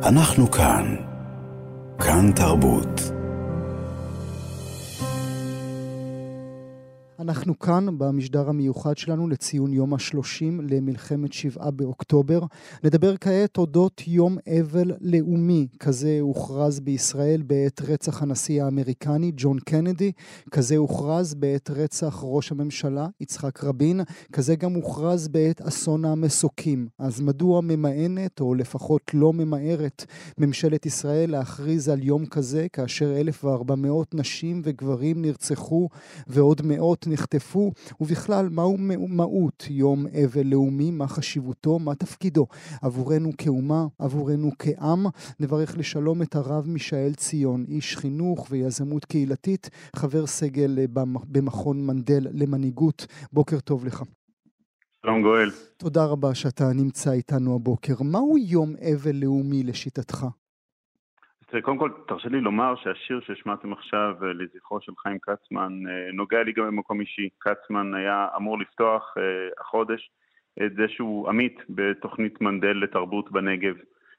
אנחנו כאן. כאן תרבות. אנחנו כאן במשדר המיוחד שלנו לציון יום ה-30 למלחמת 7 באוקטובר. נדבר כעת אודות יום אבל לאומי. כזה הוכרז בישראל בעת רצח הנשיא האמריקני ג'ון קנדי. כזה הוכרז בעת רצח ראש הממשלה יצחק רבין. כזה גם הוכרז בעת אסון המסוקים. אז מדוע ממאנת או לפחות לא ממהרת ממשלת ישראל להכריז על יום כזה כאשר 1,400 נשים וגברים נרצחו ועוד מאות נחטפו, ובכלל מהו מהות יום אבל לאומי, מה חשיבותו, מה תפקידו עבורנו כאומה, עבורנו כעם. נברך לשלום את הרב מישאל ציון, איש חינוך ויזמות קהילתית, חבר סגל במכון מנדל למנהיגות. בוקר טוב לך. שלום גואל. תודה רבה שאתה נמצא איתנו הבוקר. מהו יום אבל לאומי לשיטתך? קודם כל, תרשה לי לומר שהשיר ששמעתם עכשיו לזכרו של חיים קצמן נוגע לי גם במקום אישי. קצמן היה אמור לפתוח החודש את זה שהוא עמית בתוכנית מנדל לתרבות בנגב,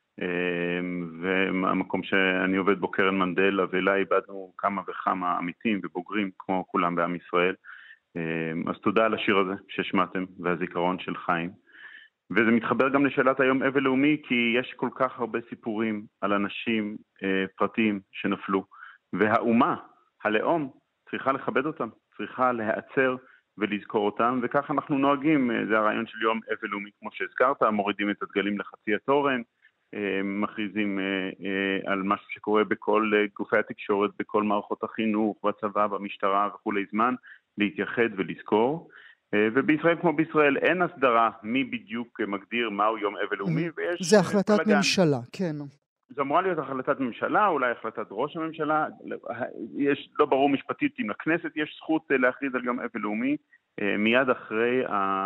והמקום שאני עובד בו קרן מנדל, ואליי איבדנו כמה וכמה עמיתים ובוגרים כמו כולם בעם ישראל. אז תודה על השיר הזה ששמעתם והזיכרון של חיים. וזה מתחבר גם לשאלת היום אבל לאומי, כי יש כל כך הרבה סיפורים על אנשים פרטיים שנפלו, והאומה, הלאום, צריכה לכבד אותם, צריכה להיעצר ולזכור אותם, וכך אנחנו נוהגים. זה הרעיון של יום אבל לאומי, כמו שהזכרת, מורידים את הדגלים לחצי התורן, מכריזים על משהו שקורה בכל גופי התקשורת, בכל מערכות החינוך, בצבא, במשטרה וכו', זמן להתייחד ולזכור. ובישראל כמו בישראל אין הסדרה מי בדיוק מגדיר מהו יום אבל לאומי, ויש זה החלטת ממשלה, כן. זו אמורה להיות החלטת ממשלה, אולי החלטת ראש הממשלה. יש, לא ברור משפטית אם לכנסת יש זכות להכריז על יום אבל לאומי. מיד אחרי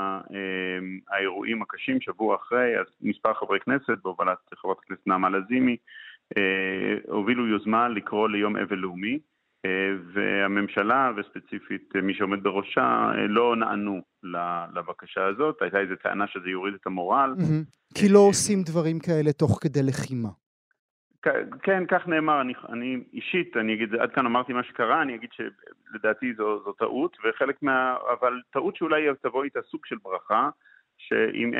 האירועים הקשים, שבוע אחרי, אז מספר חברי כנסת בהובלת חברת הכנסת נעמה לזימי הובילו יוזמה לקרוא ליום אבל לאומי, והממשלה וספציפית מי שעומד בראשה לא נענו לבקשה הזאת. הייתה איזו טענה שזה יוריד את המורל. כי לא עושים דברים כאלה תוך כדי לחימה. כן, כך נאמר. אני אישית, אני אגיד, עד כאן אמרתי מה שקרה, אני אגיד שלדעתי זו טעות, וחלק אבל טעות שאולי תבוא איתה סוג של ברכה, שאם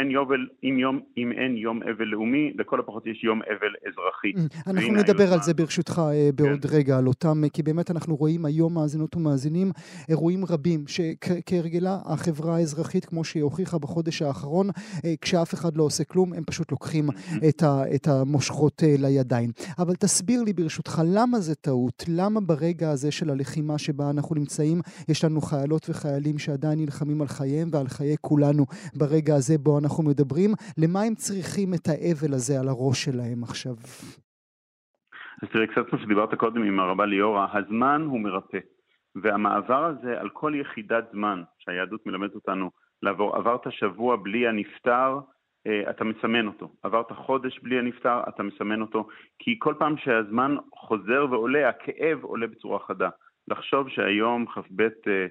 אין יום אבל לאומי, לכל הפחות יש יום אבל אזרחי. אנחנו נדבר על זה ברשותך בעוד רגע, על אותם, כי באמת אנחנו רואים היום מאזינות ומאזינים אירועים רבים, שכהרגלה החברה האזרחית, כמו שהיא הוכיחה בחודש האחרון, כשאף אחד לא עושה כלום, הם פשוט לוקחים את המושכות לידיים. אבל תסביר לי ברשותך, למה זה טעות? למה ברגע הזה של הלחימה שבה אנחנו נמצאים, יש לנו חיילות וחיילים שעדיין נלחמים על חייהם ועל חיי כולנו ברגע הזה בו אנחנו מדברים, למה הם צריכים את האבל הזה על הראש שלהם עכשיו? אז תראה, קצת כמו שדיברת קודם עם הרבה ליאורה, הזמן הוא מרפא, והמעבר הזה על כל יחידת זמן שהיהדות מלמדת אותנו לעבור, עברת שבוע בלי הנפטר, אתה מסמן אותו. עברת חודש בלי הנפטר, אתה מסמן אותו, כי כל פעם שהזמן חוזר ועולה, הכאב עולה בצורה חדה. לחשוב שהיום כ"ב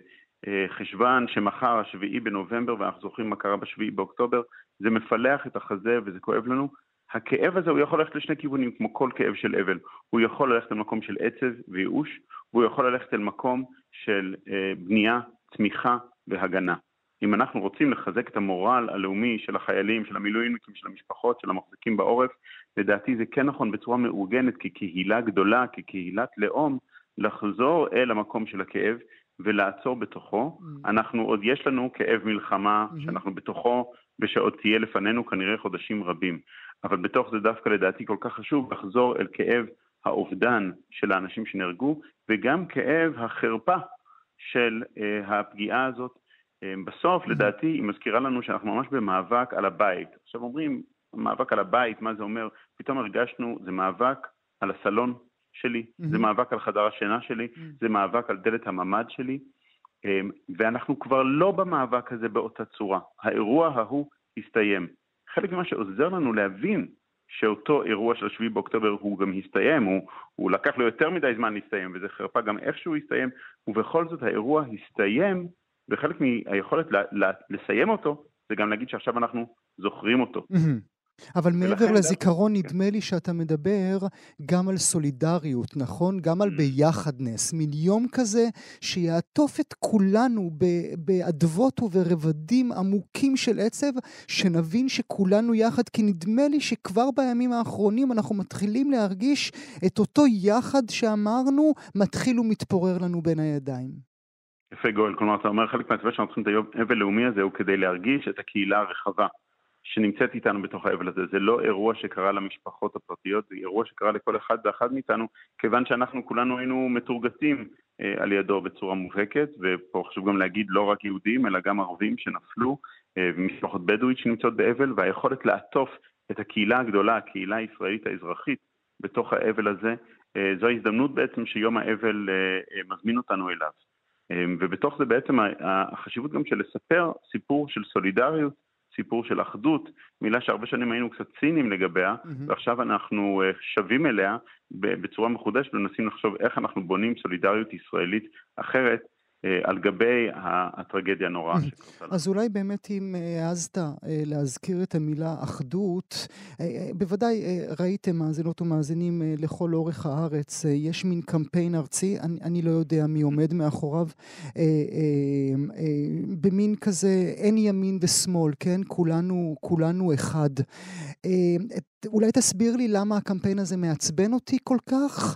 חשבן, שמחר 7 בנובמבר, ואנחנו זוכרים מה קרה ב7 באוקטובר, זה מפלח את החזה וזה כואב לנו. הכאב הזה הוא יכול ללכת לשני כיוונים, כמו כל כאב של אבל. הוא יכול ללכת למקום של עצב וייאוש, והוא יכול ללכת למקום של בנייה, צמיחה והגנה. אם אנחנו רוצים לחזק את המורל הלאומי של החיילים, של המילואימניקים, של המשפחות, של המחזיקים בעורף, לדעתי זה כן נכון בצורה מאורגנת, כקהילה גדולה, כקהילת לאום, לחזור אל המקום של הכאב, ולעצור בתוכו. עוד יש לנו כאב מלחמה שאנחנו בתוכו, ושעוד תהיה לפנינו כנראה חודשים רבים. אבל בתוך זה דווקא לדעתי כל כך חשוב לחזור אל כאב האובדן של האנשים שנהרגו, וגם כאב החרפה של הפגיעה הזאת. בסוף לדעתי היא מזכירה לנו שאנחנו ממש במאבק על הבית. עכשיו אומרים, מאבק על הבית, מה זה אומר? פתאום הרגשנו, זה מאבק על הסלון שלי, זה מאבק על חדר השינה שלי, זה מאבק על דלת הממד שלי, ואנחנו כבר לא במאבק הזה באותה צורה. האירוע ההוא הסתיים. חלק ממה שעוזר לנו להבין שאותו אירוע של 7 באוקטובר הוא גם הסתיים, הוא לקח לו יותר מדי זמן להסתיים, וזה חרפה גם איך שהוא הסתיים, ובכל זאת האירוע הסתיים, וחלק מהיכולת לסיים אותו, זה גם להגיד שעכשיו אנחנו זוכרים אותו. אבל מעבר לזיכרון נדמה לי שאתה מדבר גם על סולידריות, נכון? גם על ביחדנס, מין יום כזה שיעטוף את כולנו באדוות וברבדים עמוקים של עצב, שנבין שכולנו יחד, כי נדמה לי שכבר בימים האחרונים אנחנו מתחילים להרגיש את אותו יחד שאמרנו, מתחיל ומתפורר לנו בין הידיים. יפה גואל, כלומר אתה אומר חלק מהצבא שאנחנו צריכים את היום אבל לאומי הזה הוא כדי להרגיש את הקהילה הרחבה שנמצאת איתנו בתוך האבל הזה. זה לא אירוע שקרה למשפחות הפרטיות, זה אירוע שקרה לכל אחד ואחד מאיתנו, כיוון שאנחנו כולנו היינו מתורגתים על ידו בצורה מובהקת, ופה חשוב גם להגיד לא רק יהודים, אלא גם ערבים שנפלו, ומשפחות בדואית שנמצאות באבל, והיכולת לעטוף את הקהילה הגדולה, הקהילה הישראלית האזרחית, בתוך האבל הזה, זו ההזדמנות בעצם שיום האבל מזמין אותנו אליו. ובתוך זה בעצם החשיבות גם של לספר סיפור של סולידריות, סיפור של אחדות, מילה שהרבה שנים היינו קצת ציניים לגביה, ועכשיו אנחנו שווים אליה בצורה מחודשת ומנסים לחשוב איך אנחנו בונים סולידריות ישראלית אחרת על גבי הטרגדיה הנוראה שקרתה לנו. אז אולי באמת אם העזת להזכיר את המילה אחדות, בוודאי ראיתם מאזינות ומאזינים לכל אורך הארץ, יש מין קמפיין ארצי, אני לא יודע מי עומד מאחוריו, במין כזה אין ימין ושמאל, כן? כולנו אחד. אולי תסביר לי למה הקמפיין הזה מעצבן אותי כל כך,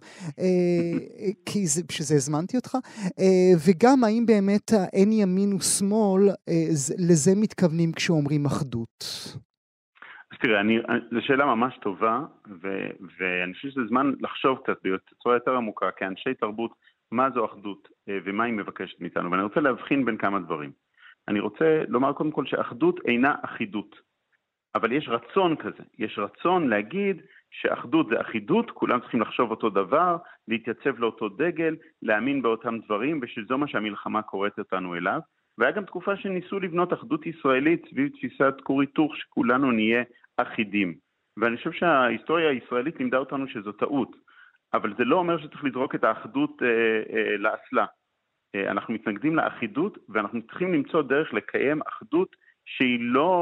כי שזה הזמנתי אותך, וגם האם באמת אין ימין ושמאל, לזה מתכוונים כשאומרים אחדות? אז תראה, זו שאלה ממש טובה, ואני חושב שזה זמן לחשוב קצת בצורה יותר עמוקה, כאנשי תרבות, מה זו אחדות ומה היא מבקשת מאיתנו, ואני רוצה להבחין בין כמה דברים. אני רוצה לומר קודם כל שאחדות אינה אחידות. אבל יש רצון כזה, יש רצון להגיד שאחדות זה אחידות, כולם צריכים לחשוב אותו דבר, להתייצב לאותו דגל, להאמין באותם דברים, ושזו מה שהמלחמה קוראת אותנו אליו. והיה גם תקופה שניסו לבנות אחדות ישראלית סביב תפיסת כור היתוך, שכולנו נהיה אחידים. ואני חושב שההיסטוריה הישראלית לימדה אותנו שזו טעות, אבל זה לא אומר שצריך לזרוק את האחדות לאסלה. אנחנו מתנגדים לאחידות, ואנחנו צריכים למצוא דרך לקיים אחדות שהיא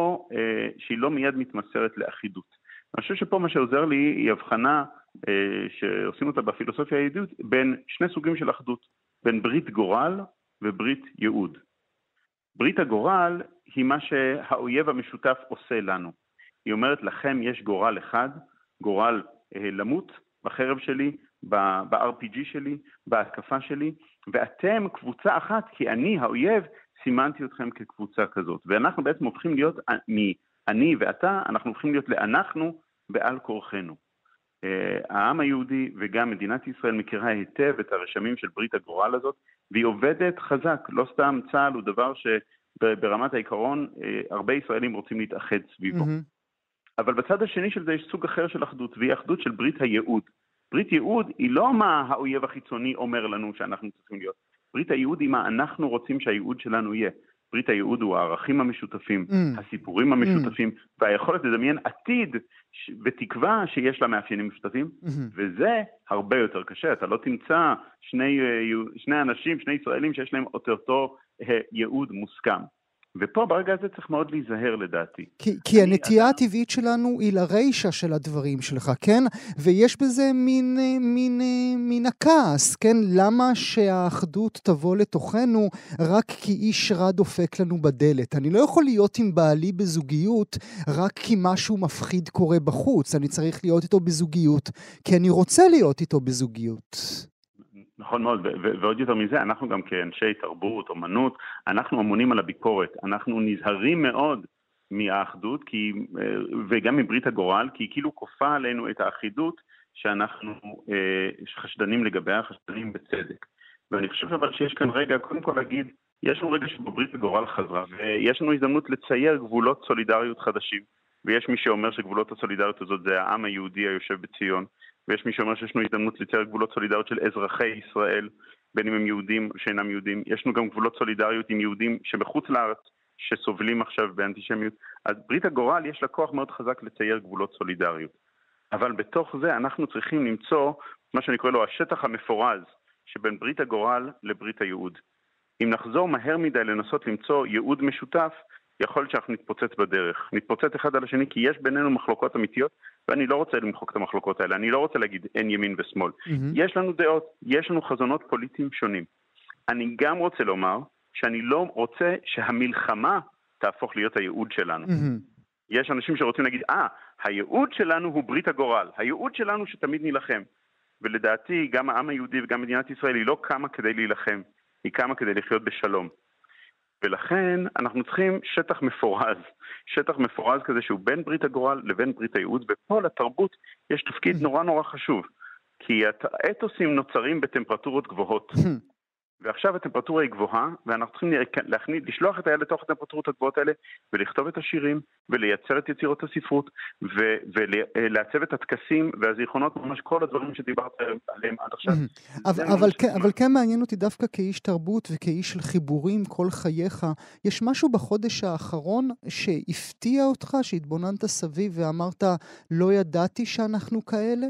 לא מיד מתמסרת לאחידות. אני חושב שפה מה שעוזר לי היא הבחנה שעושים אותה בפילוסופיה היהודית בין שני סוגים של אחדות, בין ברית גורל וברית ייעוד. ברית הגורל היא מה שהאויב המשותף עושה לנו. היא אומרת לכם יש גורל אחד, גורל למות בחרב שלי, ב-RPG שלי, בהתקפה שלי, ואתם קבוצה אחת, כי אני האויב סימנתי אתכם כקבוצה כזאת, ואנחנו בעצם הופכים להיות אני ואתה, אנחנו הופכים להיות לאנחנו בעל כורחנו. העם היהודי וגם מדינת ישראל מכירה היטב את הרשמים של ברית הגורל הזאת, והיא עובדת חזק, לא סתם צה"ל הוא דבר שברמת העיקרון הרבה ישראלים רוצים להתאחד סביבו. אבל בצד השני של זה יש סוג אחר של אחדות, והיא אחדות של ברית הייעוד. ברית ייעוד היא לא מה האויב החיצוני אומר לנו שאנחנו צריכים להיות. ברית הייעוד היא מה אנחנו רוצים שהייעוד שלנו יהיה. ברית הייעוד הוא הערכים המשותפים, הסיפורים המשותפים, והיכולת לדמיין עתיד ותקווה שיש לה מאפיינים משותפים, וזה הרבה יותר קשה. אתה לא תמצא שני אנשים, שני ישראלים שיש להם אותו ייעוד מוסכם. ופה ברגע הזה צריך מאוד להיזהר לדעתי. כי הנטייה הטבעית שלנו היא לרישה של הדברים שלך, כן? ויש בזה מין הכעס, כן? למה שהאחדות תבוא לתוכנו רק כי איש רע דופק לנו בדלת? אני לא יכול להיות עם בעלי בזוגיות רק כי משהו מפחיד קורה בחוץ. אני צריך להיות איתו בזוגיות, כי אני רוצה להיות איתו בזוגיות. נכון מאוד, ועוד יותר מזה, אנחנו גם כאנשי תרבות, אומנות, אנחנו אמונים על הביקורת, אנחנו נזהרים מאוד מהאחדות, וגם מברית הגורל, כי היא כאילו כופה עלינו את האחידות שאנחנו חשדנים לגביה, חשדנים בצדק. ואני חושב אבל שיש כאן רגע, קודם כל להגיד, יש לנו רגע שבו ברית הגורל חזרה, ויש לנו הזדמנות לצייר גבולות סולידריות חדשים, ויש מי שאומר שגבולות הסולידריות הזאת זה העם היהודי היושב בציון, ויש מי שאומר שיש לנו הזדמנות לצייר גבולות סולידריות של אזרחי ישראל, בין אם הם יהודים או שאינם יהודים. יש לנו גם גבולות סולידריות עם יהודים שבחוץ לארץ, שסובלים עכשיו באנטישמיות. אז ברית הגורל יש לה כוח מאוד חזק לצייר גבולות סולידריות. אבל בתוך זה אנחנו צריכים למצוא מה שאני קורא לו השטח המפורז, שבין ברית הגורל לברית הייעוד. אם נחזור מהר מדי לנסות למצוא ייעוד משותף, יכול להיות שאנחנו נתפוצץ בדרך. נתפוצץ אחד על השני, כי יש בינינו מחלוקות אמיתיות, ואני לא רוצה למחוק את המחלוקות האלה. אני לא רוצה להגיד אין ימין ושמאל. יש לנו דעות, יש לנו חזונות פוליטיים שונים. אני גם רוצה לומר שאני לא רוצה שהמלחמה תהפוך להיות הייעוד שלנו. יש אנשים שרוצים להגיד, הייעוד שלנו הוא ברית הגורל. הייעוד שלנו שתמיד נילחם. ולדעתי, גם העם היהודי וגם מדינת ישראל היא לא קמה כדי להילחם. היא קמה כדי לחיות בשלום. ולכן אנחנו צריכים שטח מפורז כזה שהוא בין ברית הגורל לבין ברית הייעוד, ופה לתרבות יש תפקיד נורא נורא חשוב, כי האתוסים נוצרים בטמפרטורות גבוהות, ועכשיו הטמפרטורה היא גבוהה, ואנחנו צריכים לשלוח את היד לתוך הטמפרטורות הגבוהות האלה, ולכתוב את השירים, ולייצר את יצירות הספרות, ולעצב את הטקסים והזיכרונות, ממש כל הדברים שדיברת עליהם עד עכשיו. אבל כן מעניין אותי דווקא כאיש תרבות וכאיש של חיבורים כל חייך, יש משהו בחודש האחרון שהפתיע אותך, שהתבוננת סביב ואמרת, לא ידעתי שאנחנו כאלה?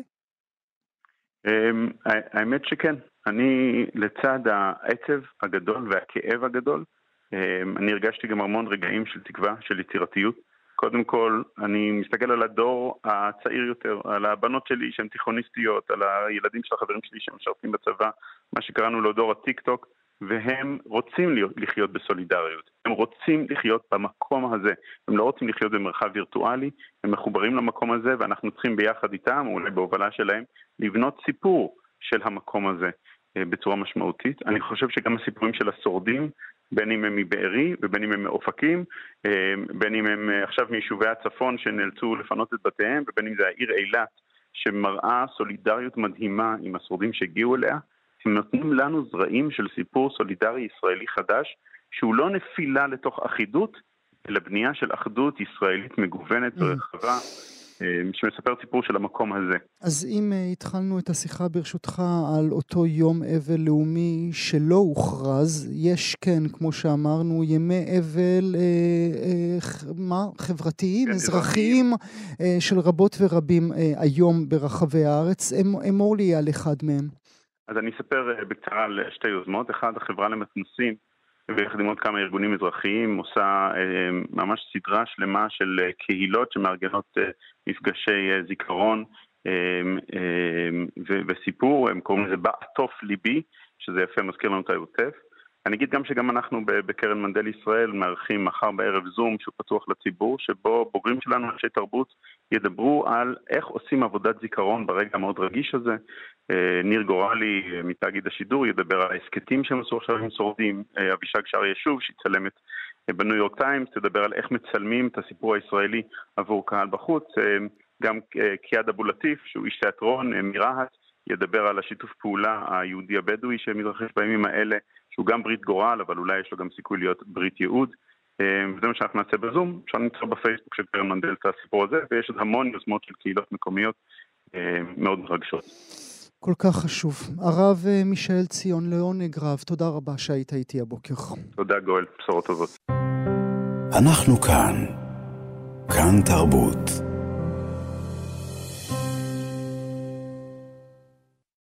האמת שכן. אני לצד העצב הגדול והכאב הגדול, אני הרגשתי גם המון רגעים של תקווה, של יצירתיות. קודם כל, אני מסתכל על הדור הצעיר יותר, על הבנות שלי שהן תיכוניסטיות, על הילדים של החברים שלי שמשרתים בצבא, מה שקראנו לו דור הטיק טוק, והם רוצים לחיות בסולידריות. הם רוצים לחיות במקום הזה. הם לא רוצים לחיות במרחב וירטואלי, הם מחוברים למקום הזה, ואנחנו צריכים ביחד איתם, או אולי בהובלה שלהם, לבנות סיפור של המקום הזה בצורה משמעותית. אני חושב שגם הסיפורים של השורדים, בין אם הם מבארי ובין אם הם מאופקים, בין אם הם עכשיו מיישובי הצפון שנאלצו לפנות את בתיהם, ובין אם זה העיר אילת שמראה סולידריות מדהימה עם השורדים שהגיעו אליה, הם נותנים לנו זרעים של סיפור סולידרי ישראלי חדש, שהוא לא נפילה לתוך אחידות, אלא בנייה של אחדות ישראלית מגוונת ורחבה, שמספר סיפור של המקום הזה. אז אם התחלנו את השיחה ברשותך על אותו יום אבל לאומי שלא הוכרז, יש כן, כמו שאמרנו, ימי אבל חברתיים, אזרחיים, של רבות ורבים היום ברחבי הארץ. אמור לי על אחד מהם. אז אני אספר בקצרה על שתי יוזמות. אחד, החברה למתנ"סים, ויחד עם עוד כמה ארגונים אזרחיים, עושה ממש סדרה שלמה של קהילות שמארגנות מפגשי זיכרון וסיפור. הם קוראים לזה בעטוף ליבי, שזה יפה, מזכיר לנו את העוטף. אני אגיד גם שגם אנחנו בקרן מנדל ישראל מארחים מחר בערב זום שהוא פתוח לציבור, שבו בוגרים שלנו, אנשי תרבות, ידברו על איך עושים עבודת זיכרון ברגע המאוד רגיש הזה. ניר גורלי מתאגיד השידור ידבר על העסקטים שהם עשו עכשיו עם שורדים. אבישג שר ישוב שהצלמת בניו יורק טיימס תדבר על איך מצלמים את הסיפור הישראלי עבור קהל בחוץ. גם קיאד אבו לטיף שהוא איש תיאטרון מרהט ידבר על השיתוף פעולה היהודי הבדואי שמתרחש בימים האלה, שהוא גם ברית גורל, אבל אולי יש לו גם סיכוי להיות ברית ייעוד. וזה מה שאנחנו נעשה בזום. אפשר למצוא בפייסבוק של קרן מנדל את הסיפור הזה, ויש עוד המון יוזמות של קהילות מקומיות מאוד מרגשות. כל כך חשוב. הרב מישאל ציון לעונג רב, תודה רבה שהיית איתי הבוקר. תודה גואל, בשורות טובות. אנחנו כאן תרבות.